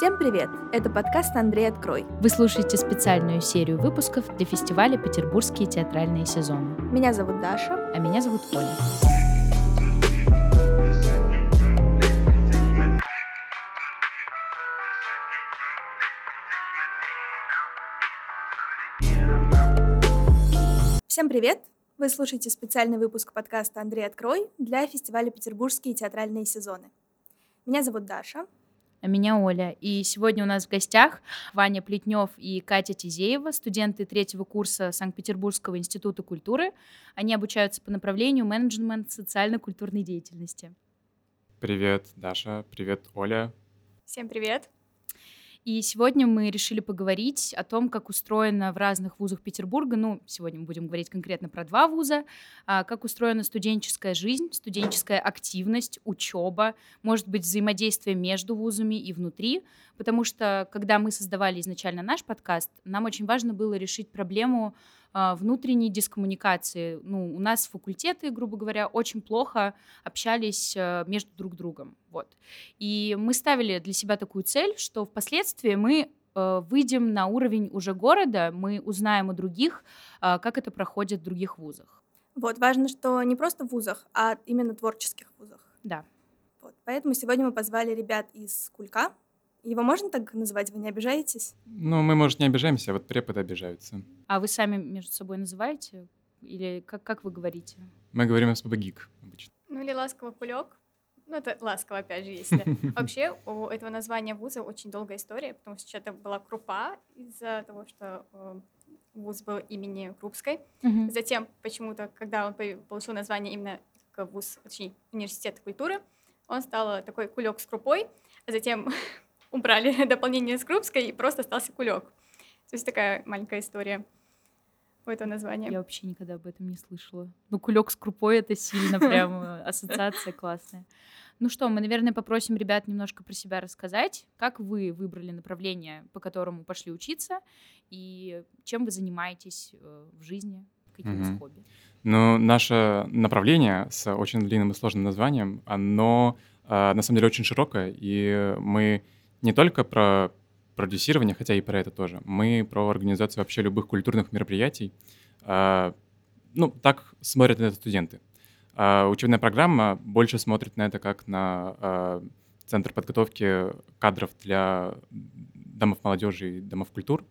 Всем привет! Это подкаст «Андрей, открой». Вы слушаете специальную серию выпусков для фестиваля «Петербургские театральные сезоны». Меня зовут Даша. А меня зовут Оля. Всем привет! Вы слушаете специальный выпуск подкаста «Андрей, открой» для фестиваля «Петербургские театральные сезоны». Меня зовут Даша. А меня Оля. И сегодня у нас в гостях Ваня Плетнев и Катя Тизеева, студенты третьего курса Санкт-Петербургского института культуры. Они обучаются по направлению менеджмент социально-культурной деятельности. Привет, Даша. Привет, Оля. Всем привет! И сегодня мы решили поговорить о том, как устроено в разных вузах Петербурга, сегодня мы будем говорить конкретно про 2 вуза, как устроена студенческая жизнь, студенческая активность, учеба, может быть, взаимодействие между вузами и внутри, потому что, когда мы создавали изначально наш подкаст, нам очень важно было решить проблему внутренней дискоммуникации. У нас факультеты, грубо говоря, очень плохо общались между друг другом. Вот. И мы ставили для себя такую цель, что впоследствии мы выйдем на уровень уже города, мы узнаем у других, как это проходит в других вузах. Вот, важно, что не просто в вузах, а именно творческих вузах. Да. Вот, поэтому сегодня мы позвали ребят из Кулька. Его можно так называть, вы не обижаетесь? Мы, может, не обижаемся, а вот преподы обижаются. А вы сами между собой называете? Или как вы говорите? Мы говорим СПБ ГИК обычно. Или ласково Кулек. Это ласково, опять же, если. Вообще, у этого названия вуза очень долгая история, потому что это была Крупа из-за того, что вуз был имени Крупской. Затем, почему-то, когда он получил название именно как вуз, точнее, университет культуры, он стал такой Кулек с Крупой, а затем убрали дополнение с Крупской, и просто остался Кулек. То есть такая маленькая история у этого названия. Я вообще никогда об этом не слышала. Кулек с крупой — это сильно прям ассоциация классная. Ну что, мы, наверное, попросим ребят немножко про себя рассказать. Как вы выбрали направление, по которому пошли учиться, и чем вы занимаетесь в жизни, какие у вас хобби? Наше направление с очень длинным и сложным названием, оно на самом деле очень широкое, и мы не только про продюсирование, хотя и про это тоже. Мы про организацию вообще любых культурных мероприятий. Так смотрят на это студенты. Учебная программа больше смотрит на это как на центр подготовки кадров для домов молодежи и домов культур.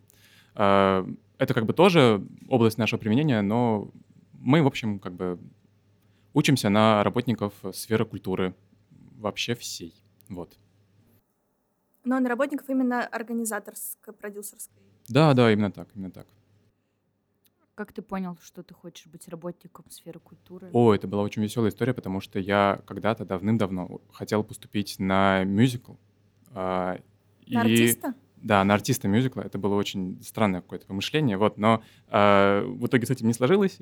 Это тоже область нашего применения, но мы, в общем, учимся на работников сферы культуры вообще всей. Вот. Но на работников именно организаторской, продюсерской. Да, именно так. Как ты понял, что ты хочешь быть работником сферы культуры? Это была очень веселая история, потому что я когда-то давным-давно хотел поступить на мюзикл. На артиста? Да, на артиста мюзикла. Это было очень странное какое-то помышление, но в итоге с этим не сложилось,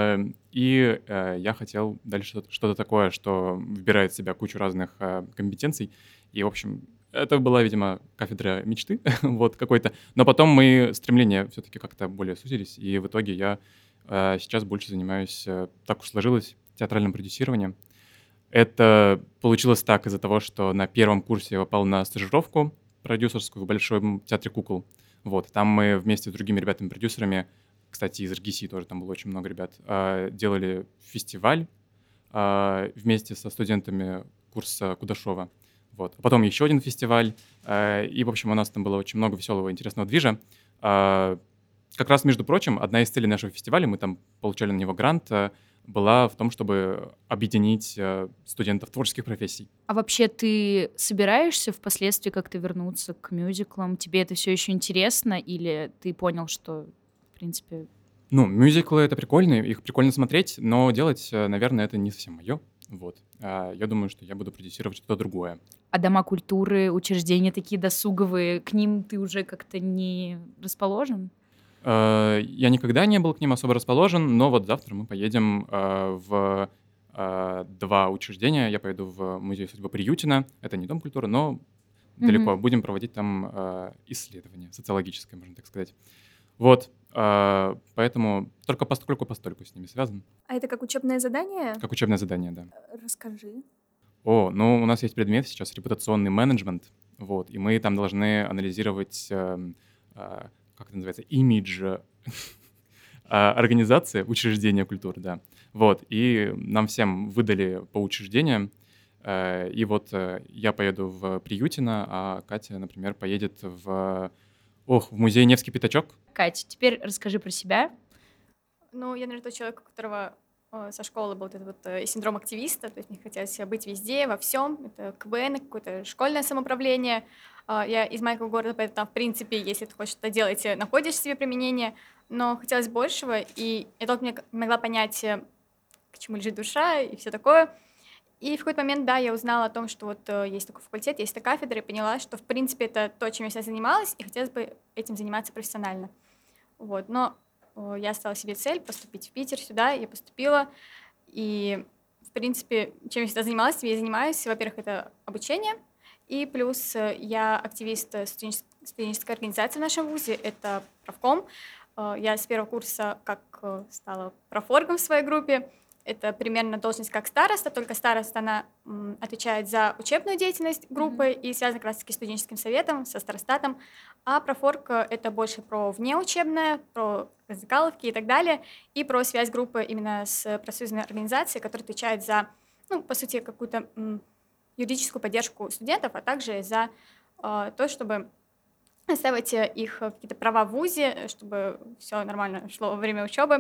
и я хотел дальше что-то такое, что вбирает в себя кучу разных компетенций, и, в общем, это была, видимо, кафедра мечты какой-то. Но потом мои стремления все-таки как-то более сузились, и в итоге я сейчас больше занимаюсь, так уж сложилось, театральным продюсированием. Это получилось так из-за того, что на первом курсе я попал на стажировку продюсерскую в Большом театре кукол. Там мы вместе с другими ребятами-продюсерами, кстати, из РГСИ тоже там было очень много ребят, делали фестиваль вместе со студентами курса Кудашова. А потом еще один фестиваль, и, в общем, у нас там было очень много веселого, интересного движа. Как раз, между прочим, одна из целей нашего фестиваля, мы там получали на него грант, была в том, чтобы объединить студентов творческих профессий. А вообще ты собираешься впоследствии как-то вернуться к мюзиклам? Тебе это все еще интересно, или ты понял, что, в принципе... Мюзиклы — это прикольно, их прикольно смотреть, но делать, наверное, это не совсем мое. Я думаю, что я буду продюсировать что-то другое. А дома культуры, учреждения такие досуговые, к ним ты уже как-то не расположен? Я никогда не был к ним особо расположен, но завтра мы поедем в 2 учреждения. Я поеду в музей судьбы Приютина. Это не дом культуры, но далеко. Будем проводить там исследование социологическое, можно так сказать. Поэтому только постольку с ними связан. А это как учебное задание? Как учебное задание, да. Расскажи. Ну, у нас есть предмет сейчас репутационный менеджмент, вот, и мы там должны анализировать, как это называется, имидж организации, учреждения культуры, да. Вот, и нам всем выдали по учреждениям, и вот я поеду в Приютино, а Катя, например, поедет в музей Невский пятачок. Катя, теперь расскажи про себя. Ну, я, наверное, тот человек, у которого со школы был вот этот вот синдром активиста, то есть мне хотелось быть везде, во всем. Это КВН, какое-то школьное самоуправление. Я из маленького города, поэтому там, в принципе, если ты хочешь что-то делать, находишь себе применение, но хотелось большего, и я только не могла понять, к чему лежит душа и все такое. И в какой-то момент, да, я узнала о том, что вот есть такой факультет, есть такая кафедра, и поняла, что, в принципе, это то, чем я сейчас занималась, и хотелось бы этим заниматься профессионально. Вот, но я ставила себе цель поступить в Питер сюда, я поступила, и, в принципе, чем я всегда занималась, тем я и занимаюсь. Во-первых, это обучение, и плюс я активист студенческой организации в нашем вузе, это профком. Я с первого курса стала профоргом в своей группе. Это примерно должность как староста, только староста, она отвечает за учебную деятельность группы и связана как раз-таки с студенческим советом, со старостатом. А профорг — это больше про внеучебное, про развлекаловки и так далее, и про связь группы именно с профсоюзной организацией, которая отвечает за, по сути, какую-то юридическую поддержку студентов, а также за то, чтобы отстаивать их какие-то права в вузе, чтобы все нормально шло во время учебы.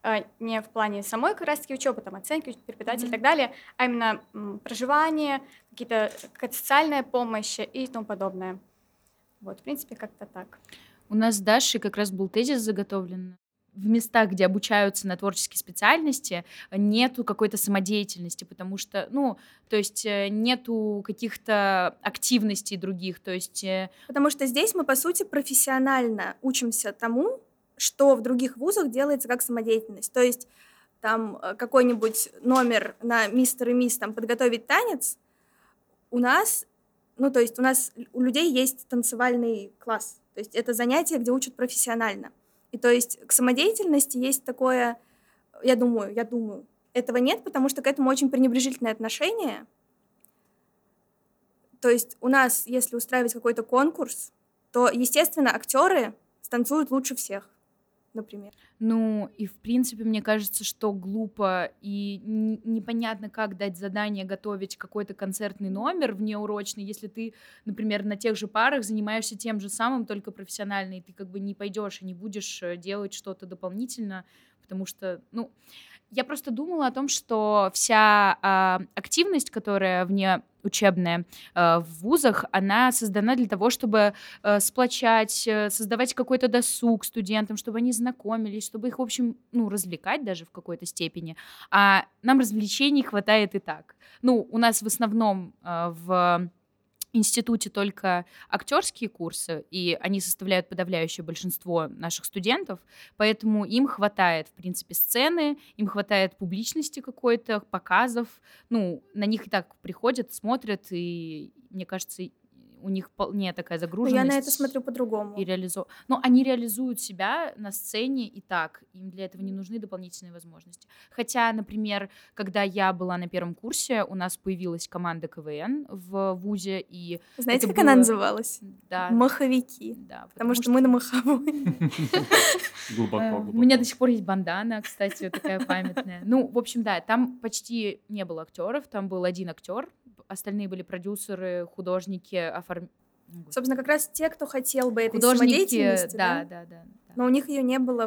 Не в плане самой как раз-таки учебы, там, оценки, преподаватели и так далее, а именно проживание, какая-то социальная помощь и тому подобное. Вот, в принципе, как-то так. У нас с Дашей как раз был тезис заготовлен. В местах, где обучаются на творческие специальности, нету какой-то самодеятельности, потому что, то есть нету каких-то активностей других, то есть... Потому что здесь мы, по сути, профессионально учимся тому, что в других вузах делается как самодеятельность. То есть там какой-нибудь номер на мистер и мисс там подготовить танец, у нас у людей есть танцевальный класс. То есть это занятие, где учат профессионально. И то есть к самодеятельности есть такое, я думаю, этого нет, потому что к этому очень пренебрежительное отношение. То есть у нас, если устраивать какой-то конкурс, то, естественно, актеры станцуют лучше всех, например. И в принципе, мне кажется, что глупо и непонятно, как дать задание готовить какой-то концертный номер внеурочный, если ты, например, на тех же парах занимаешься тем же самым, только профессионально, и ты как бы не пойдешь и не будешь делать что-то дополнительно, потому что, я просто думала о том, что вся активность, которая внеучебная в вузах, она создана для того, чтобы сплочать, создавать какой-то досуг студентам, чтобы они знакомились, чтобы их, в общем, развлекать даже в какой-то степени. А нам развлечений хватает и так. У нас в основном в институте только актерские курсы, и они составляют подавляющее большинство наших студентов, поэтому им хватает, в принципе, сцены, им хватает публичности какой-то, показов, на них и так приходят, смотрят, и, мне кажется, у них вполне такая загруженность. Но я на это смотрю по-другому. Они реализуют себя на сцене и так. Им для этого не нужны дополнительные возможности. Хотя, например, когда я была на первом курсе, у нас появилась команда КВН в вузе. И знаете, как она называлась? Да. Маховики. Да, потому что мы на маховой. Глубоко. У меня до сих пор есть бандана, кстати, такая памятная. В общем, да, там почти не было актеров, там был один актер, остальные были продюсеры, художники, Собственно, как раз те, кто хотел бы этой художники, самодеятельности, да. Но у них ее не было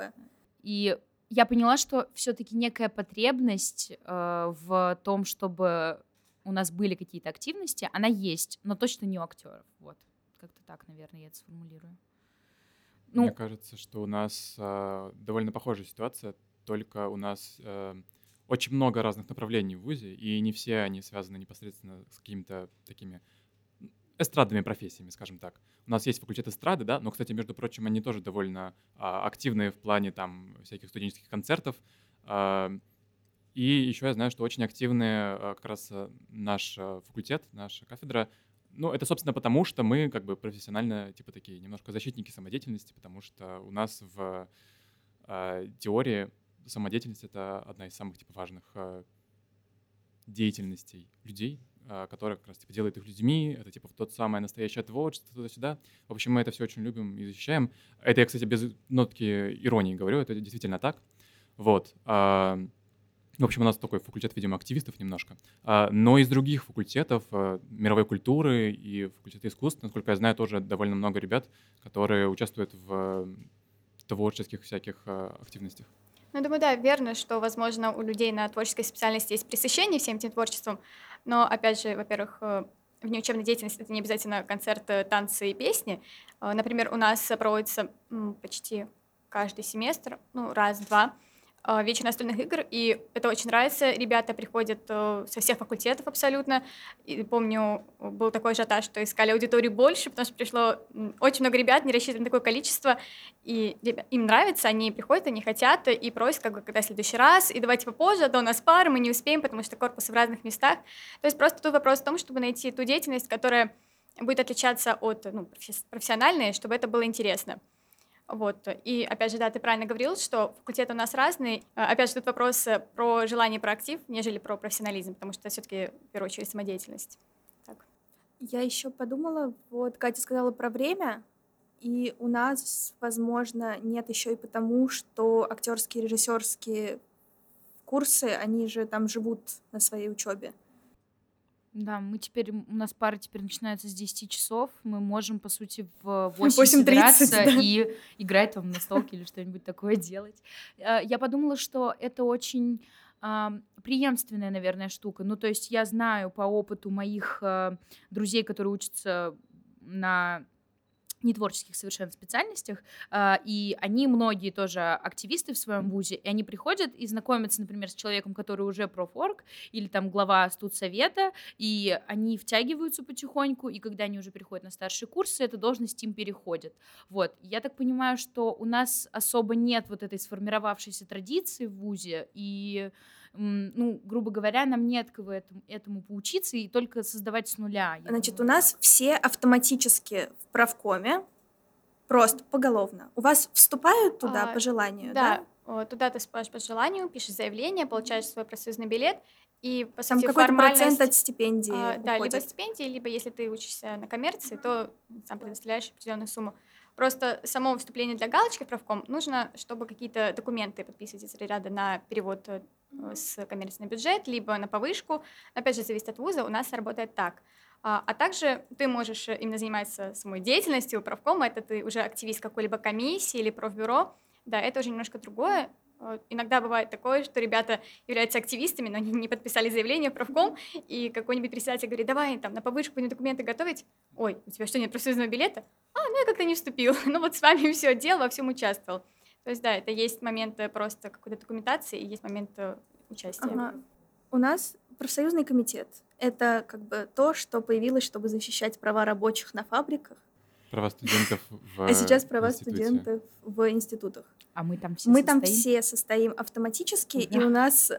И я поняла, что все-таки некая потребность в том, чтобы у нас были какие-то активности, она есть, но точно не у актеров. Вот, как-то так, наверное, я это сформулирую. Мне кажется, что у нас довольно похожая ситуация, только у нас очень много разных направлений в вузе, и не все они связаны непосредственно с какими-то такими эстрадными профессиями, скажем так. У нас есть факультет эстрады, да, но, кстати, между прочим, они тоже довольно активные в плане там всяких студенческих концертов. И еще я знаю, что очень активные как раз наш факультет, наша кафедра. Это, собственно, потому что мы как бы профессионально, типа такие немножко защитники самодеятельности, потому что у нас в теории самодеятельность — это одна из самых типа важных деятельностей людей, которые как раз типа делают их людьми, это типа тот самое настоящее творчество, туда-сюда. В общем, мы это все очень любим и защищаем. Это я, кстати, без нотки иронии говорю, это действительно так. Вот. В общем, у нас такой факультет, видимо, активистов немножко. Но из других факультетов мировой культуры и факультета искусств, насколько я знаю, тоже довольно много ребят, которые участвуют в творческих всяких активностях. Ну, думаю, да, верно, что, возможно, у людей на творческой специальности есть пресыщение всем этим творчеством, но, опять же, во-первых, внеучебная деятельность — это не обязательно концерты, танцы и песни. Например, у нас проводится почти каждый семестр, раз-два, вечер настольных игр, и это очень нравится. Ребята приходят со всех факультетов абсолютно. И помню, был такой ажиотаж, что искали аудиторию больше, потому что пришло очень много ребят, не рассчитано на такое количество, и им нравится, они приходят, они хотят, и просят, когда в следующий раз, и давайте попозже, а то у нас пары, мы не успеем, потому что корпусы в разных местах. То есть просто тут вопрос в том, чтобы найти ту деятельность, которая будет отличаться от профессиональной, чтобы это было интересно. Вот. И опять же, да, ты правильно говорил, что факультеты у нас разные. Опять же, тут вопрос про желание, про актив, нежели про профессионализм, потому что это все-таки в первую очередь самодеятельность. Так. Я еще подумала, вот Катя сказала про время, и у нас, возможно, нет еще и потому, что актерские, режиссерские курсы, они же там живут на своей учебе. Да, у нас пара теперь начинается с 10 часов, мы можем, по сути, в 8 8:30, собираться да. и играть там на столке или что-нибудь такое делать. Я подумала, что это очень преемственная, наверное, штука. Ну, то есть я знаю по опыту моих друзей, которые учатся на нетворческих совершенно специальностях, и они многие тоже активисты в своем вузе, и они приходят и знакомятся, например, с человеком, который уже профорг или там глава студсовета, и они втягиваются потихоньку, и когда они уже переходят на старшие курсы, эта должность им переходит. Вот. Я так понимаю, что у нас особо нет вот этой сформировавшейся традиции в вузе, и грубо говоря, нам не от кого этому поучиться и только создавать с нуля. Значит, у нас все автоматически в правкоме, просто поголовно. У вас вступают туда по желанию, да? Да, туда ты вступаешь по желанию, пишешь заявление, получаешь свой профсоюзный билет, и, по Там сути, какой-то формальность... процент от стипендии Да, либо уходит. стипендии, либо если ты учишься на коммерции, то сам предоставляешь определенную сумму. Просто само вступление для галочки в правком нужно, чтобы какие-то документы подписывать из ряда на перевод с коммерции на бюджет, либо на повышку. Опять же, зависит от вуза, у нас работает так. А также ты можешь именно заниматься самой деятельностью правкома, это ты уже активист какой-либо комиссии или профбюро. Да, это уже немножко другое. Иногда бывает такое, что ребята являются активистами, но они не подписали заявление в правком, и какой-нибудь председатель говорит: давай там на повышку будем документы готовить. Ой, у тебя что, нет профсоюзного билета? Я как-то не вступил. Ну вот с вами все делал, во всем участвовал. То есть да, это есть момент просто какой-то документации и есть момент участия. Ага. У нас профсоюзный комитет. Это как бы то, что появилось, чтобы защищать права рабочих на фабриках. Права студентов в А сейчас права институте. студентов в институтах. А мы там все Мы состоим? там все состоим автоматически, Да. и у нас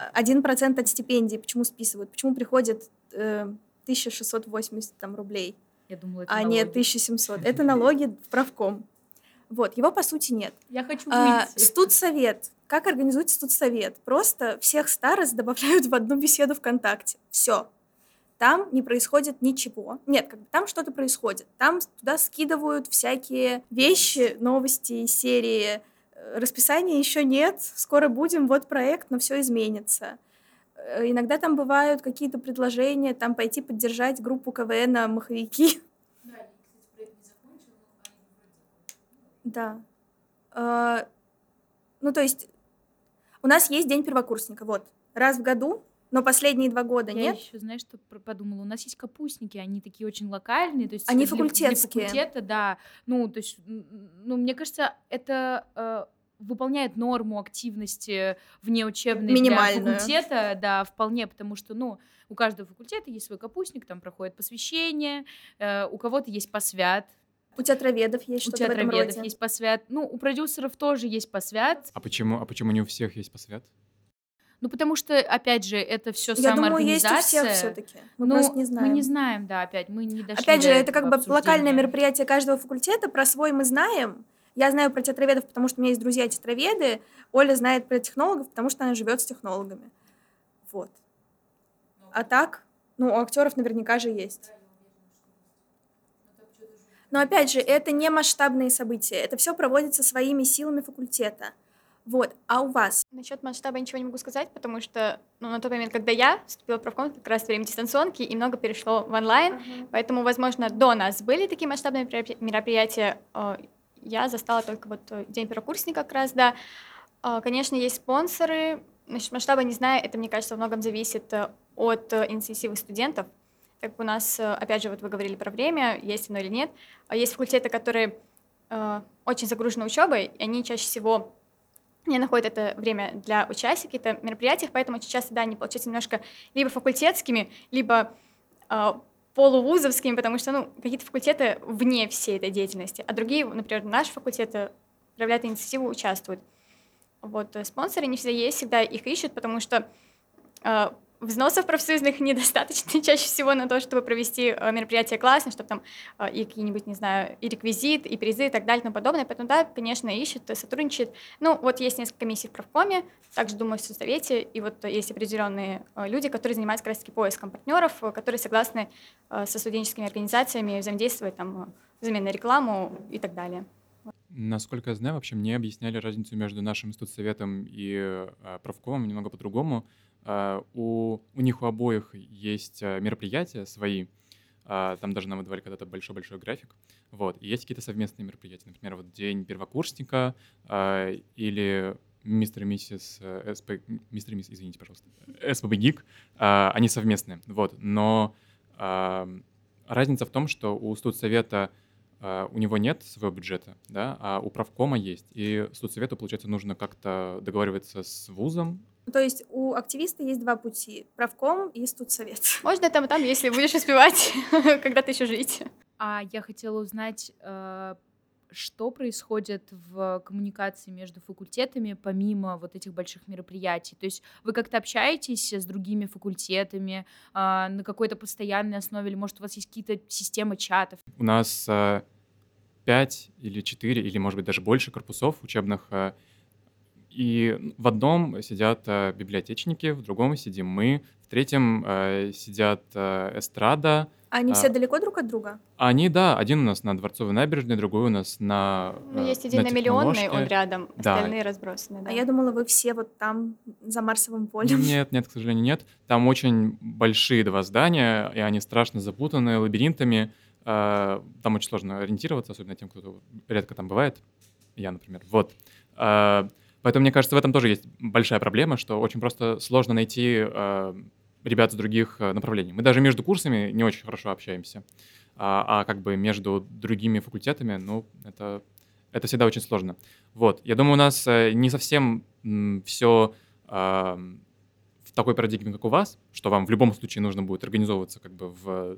1% от стипендии. Почему списывают? Почему приходит 1680 там, рублей, Я думала, это а налоги. не 1700? Это налоги в правком. Вот, его по сути нет. Я хочу выйти. Студсовет. Как организуется студсовет? Просто всех старост добавляют в одну беседу ВКонтакте. Все. Там не происходит ничего. Нет, как бы там что-то происходит. Там туда скидывают всякие вещи, новости, серии. Расписания еще нет, скоро будем, вот проект, но все изменится. Иногда там бывают какие-то предложения, там пойти поддержать группу КВН «Маховики». Да. Ну, то есть у нас есть День первокурсника, вот, раз в году, но последние 2 года Я нет. еще, знаешь, что подумала? У нас есть капустники, они такие очень локальные. То есть Они для факультетские. факультета, да. Ну, то есть, мне кажется, это выполняет норму активности внеучебной для Минимальную. факультета, да, вполне, потому что, у каждого факультета есть свой капустник, там проходит посвящение, у кого-то есть посвят, У театроведов есть у что-то в этом театроведов роде. есть посвят, у продюсеров тоже есть посвят. А почему не у всех есть посвят? Потому что, опять же, это все Я думаю, есть у самоорганизация. всех все-таки. Мы просто не знаем. Мы не знаем, да, опять, мы не дошли Опять же, до это этого как бы обсуждения. локальное мероприятие каждого факультета, про свой мы знаем. Я знаю про театроведов, потому что у меня есть друзья театроведы. Оля знает про технологов, потому что она живет с технологами. Вот. А так, у актеров наверняка же есть. Но опять же, это не масштабные события, это все проводится своими силами факультета. Вот, а у вас? Насчет масштаба ничего не могу сказать, потому что на тот момент, когда я вступила в профком, как раз время дистанционки, и много перешло в онлайн, поэтому, возможно, до нас были такие масштабные мероприятия. Я застала только вот день первокурсника как раз, да. Конечно, есть спонсоры. Насчет масштаба не знаю, это, мне кажется, во многом зависит от инициативы студентов. Так как у нас, опять же, вот вы говорили про время, есть оно или нет. Есть факультеты, которые очень загружены учебой, и они чаще всего не находят это время для участия в каких-то мероприятиях, поэтому очень часто, да, они получаются немножко либо факультетскими, либо полувузовскими, потому что, какие-то факультеты вне всей этой деятельности, а другие, например, наши факультеты проявляют инициативу, участвуют. Вот, спонсоры не всегда есть, всегда их ищут, потому что взносов профсоюзных недостаточно чаще всего на то, чтобы провести мероприятие классно, чтобы там и какие-нибудь, не знаю, и реквизит, и призы, и так далее, и тому подобное. Поэтому, да, конечно, ищет, сотрудничает. Вот есть несколько комиссий в профкоме, также, думаю, в соцсовете, и вот есть определенные люди, которые занимаются как раз-таки поиском партнеров, которые согласны со студенческими организациями взаимодействовать, там, взамен на рекламу и так далее. Насколько я знаю, вообще мне объясняли разницу между нашим студсоветом и профкомом немного по-другому. У них у обоих есть мероприятия свои, там даже нам выдавали когда-то большой-большой график, вот, и есть какие-то совместные мероприятия, например, вот день первокурсника или мистер и миссис мистер и мисс, извините, пожалуйста, СПБ ГИК, они совместные, вот, но разница в том, что у студсовета у него нет своего бюджета, да, а у правкома есть. И студсовету, получается, нужно как-то договариваться с вузом. То есть у активиста есть два пути: правком и студсовет. Можно там и там, если будешь успевать когда-то еще жить. А я хотела узнать, что происходит в коммуникации между факультетами помимо вот этих больших мероприятий? То есть вы как-то общаетесь с другими факультетами на какой-то постоянной основе, или, может, у вас есть какие-то системы чатов? У нас 5 или 4, или, может быть, даже больше корпусов учебных, и в одном сидят библиотечники, в другом сидим мы, в третьем сидят эстрада. Они все далеко друг от друга? Они, да, один у нас на Дворцовой набережной, другой у нас на есть один на Миллионной, Техноложке. он рядом, Да. остальные разбросаны. Да. А я думала, вы все вот там, за Марсовым полем. Нет, к сожалению, нет. Там очень большие два здания, и они страшно запутаны лабиринтами. Там очень сложно ориентироваться, особенно тем, кто редко там бывает. Я, например. Вот. Поэтому, мне кажется, в этом тоже есть большая проблема, что очень просто сложно найти ребят с других направлений. Мы даже между курсами не очень хорошо общаемся. А как бы между другими факультетами, это всегда очень сложно. Вот. Я думаю, у нас не совсем все в такой парадигме, как у вас, что вам в любом случае нужно будет организовываться как бы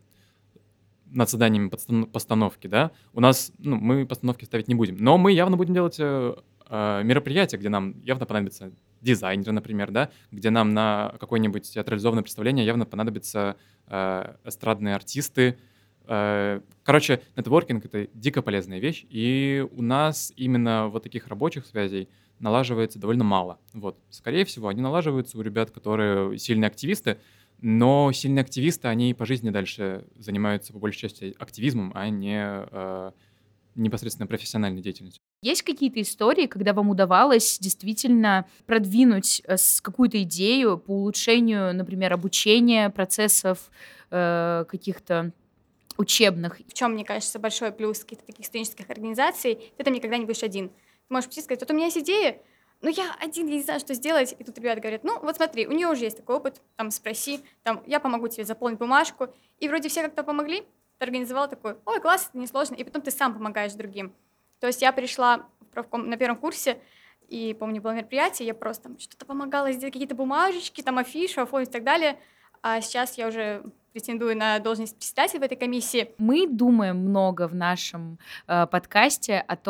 над заданиями постановки, да. У нас, мы постановки ставить не будем, но мы явно будем делать мероприятия, где нам явно понадобится дизайнеры, например, да, где нам на какое-нибудь театрализованное представление явно понадобятся эстрадные артисты. Короче, нетворкинг — это дико полезная вещь, и у нас именно вот таких рабочих связей налаживается довольно мало. Вот. Скорее всего, они налаживаются у ребят, которые сильные активисты, но сильные активисты, они по жизни дальше занимаются по большей части активизмом, а не непосредственно профессиональной деятельностью. Есть какие-то истории, когда вам удавалось действительно продвинуть какую-то идею по улучшению, например, обучения, процессов каких-то учебных? В чем, мне кажется, большой плюс каких-то таких студенческих организаций, ты там никогда не будешь один. Ты можешь прийти и сказать: вот у меня есть идея, но я один, я не знаю, что сделать. И тут ребята говорят: вот смотри, у нее уже есть такой опыт, там спроси, там я помогу тебе заполнить бумажку. И вроде все как-то помогли, ты организовал такой: ой, класс, это несложно. И потом ты сам помогаешь другим. То есть я пришла в профком на первом курсе, и, помню, было мероприятие, я просто там что-то помогала сделать, какие-то бумажечки, там афишу, оформить и так далее. А сейчас я уже претендую на должность председателя в этой комиссии. Мы думаем много в нашем подкасте о том,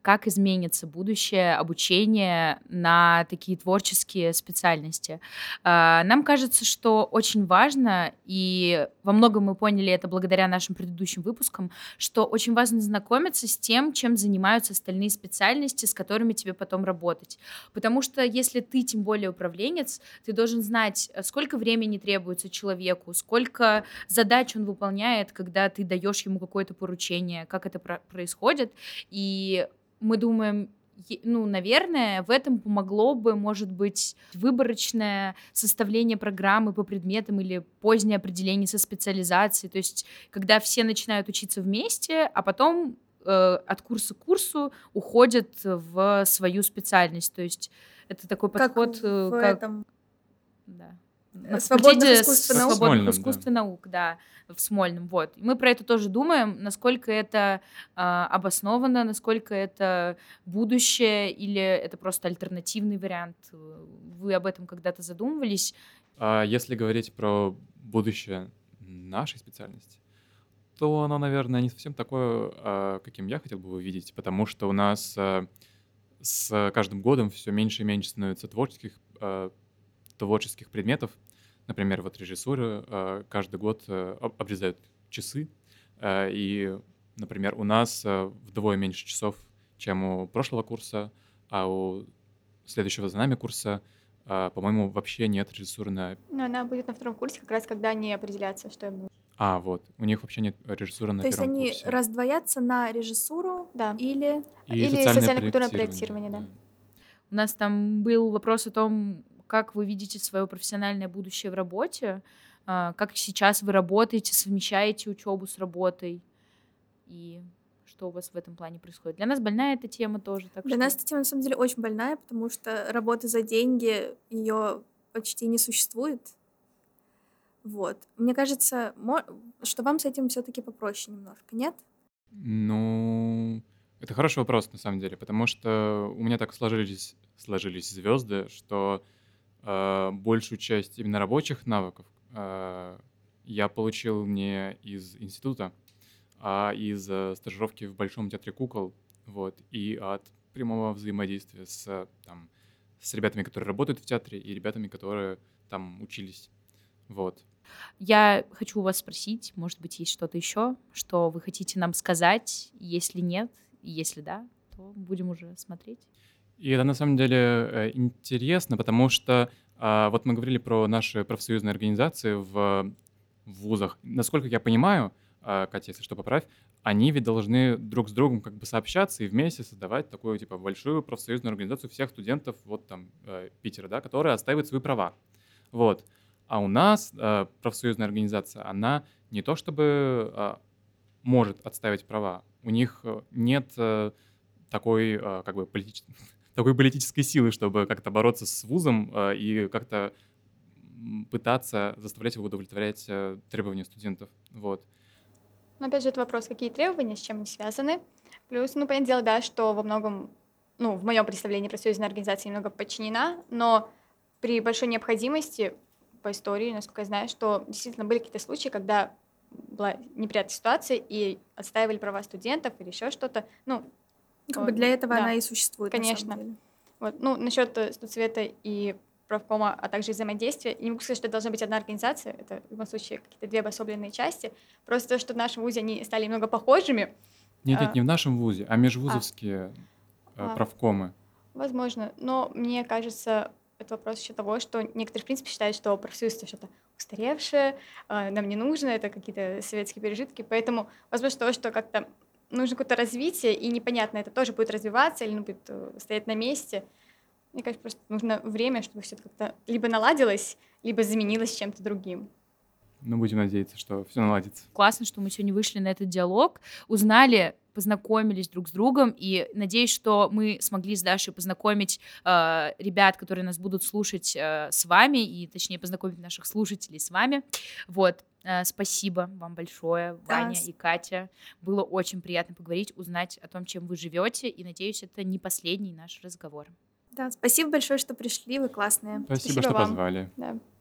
как изменится будущее обучения на такие творческие специальности. Нам кажется, что очень важно, и во многом мы поняли это благодаря нашим предыдущим выпускам, что очень важно знакомиться с тем, чем занимаются остальные специальности, с которыми тебе потом работать. Потому что если ты, тем более, управленец, ты должен знать, сколько времени требуется человеку, сколько задач он выполняет, когда ты даешь ему какое-то поручение, как это происходит. И мы думаем, наверное, в этом помогло бы, может быть, выборочное составление программы по предметам или позднее определение со специализацией. То есть, когда все начинают учиться вместе, а потом от курса к курсу уходят в свою специальность. То есть, это такой подход, в этом... Да. На свободных искусств и наук. Свободных искусств и наук, да, в Смольном. Вот. И мы про это тоже думаем, насколько это обосновано, насколько это будущее или это просто альтернативный вариант. Вы об этом когда-то задумывались? Если говорить про будущее нашей специальности, то оно, наверное, не совсем такое, каким я хотел бы его видеть, потому что у нас с каждым годом все меньше и меньше становится творческих предметов. Например, вот режиссура каждый год обрезают часы, и, например, у нас вдвое меньше часов, чем у прошлого курса, а у следующего за нами курса, по-моему, вообще нет режиссуры на... Но она будет на втором курсе, как раз когда они определятся, что им нужно. Вот. У них вообще нет режиссуры на То есть первом они курсе. раздвоятся на режиссуру Да. или И социально-культурное проектирование, да. У нас там был вопрос о том, как вы видите свое профессиональное будущее в работе, как сейчас вы работаете, совмещаете учебу с работой, и что у вас в этом плане происходит. Для нас больная эта тема тоже. Для нас эта тема, на самом деле, очень больная, потому что работа за деньги, ее почти не существует. Вот. Мне кажется, что вам с этим все-таки попроще немножко, нет? Ну, это хороший вопрос, на самом деле, потому что у меня так сложились звезды, что большую часть именно рабочих навыков я получил не из института, а из стажировки в Большом театре кукол, вот, и от прямого взаимодействия с ребятами, которые работают в театре, и ребятами, которые там учились, вот. Я хочу у вас спросить, может быть, есть что-то еще, что вы хотите нам сказать? Если нет, и если да, то будем уже смотреть. И это на самом деле интересно, потому что вот мы говорили про наши профсоюзные организации в вузах. Насколько я понимаю, Катя, если что, поправь, они ведь должны друг с другом как бы сообщаться и вместе создавать такую типа большую профсоюзную организацию всех студентов вот там Питера, да, которая отстаивает свои права. Вот. А у нас профсоюзная организация, она не то чтобы может отстаивать права, у них нет такой как бы такой политической силы, чтобы как-то бороться с вузом и как-то пытаться заставлять его удовлетворять требования студентов. Вот. Но опять же, это вопрос, какие требования, с чем они связаны. Плюс, понятное дело, да, что во многом, в моем представлении профсоюзная организация немного подчинена, но при большой необходимости по истории, насколько я знаю, что действительно были какие-то случаи, когда была неприятная ситуация и отстаивали права студентов или еще что-то. Как бы для этого да, она и существует, конечно. на самом деле. Вот. Насчет студсовета и правкома, а также взаимодействия, не могу сказать, что это должна быть одна организация, это в любом случае какие-то две обособленные части. Просто то, что в нашем вузе они стали немного похожими. Нет, не в нашем вузе, а межвузовские правкомы. Возможно, но мне кажется, это вопрос еще того, что некоторые, в принципе, считают, что профсоюз — это что-то устаревшее, нам не нужно, это какие-то советские пережитки, поэтому, возможно, то, что как-то нужно какое-то развитие, и непонятно, это тоже будет развиваться или будет стоять на месте. Мне кажется, просто нужно время, чтобы все это как-то либо наладилось, либо заменилось чем-то другим. Будем надеяться, что все наладится. Классно, что мы сегодня вышли на этот диалог, узнали, познакомились друг с другом, и надеюсь, что мы смогли с Дашей познакомить ребят, которые нас будут слушать с вами, и точнее познакомить наших слушателей с вами. Вот. Спасибо вам большое, Ваня и Катя. Было очень приятно поговорить, узнать о том, чем вы живете, и надеюсь, это не последний наш разговор. Да, спасибо большое, что пришли, вы классные. Спасибо, что вам. позвали. Да.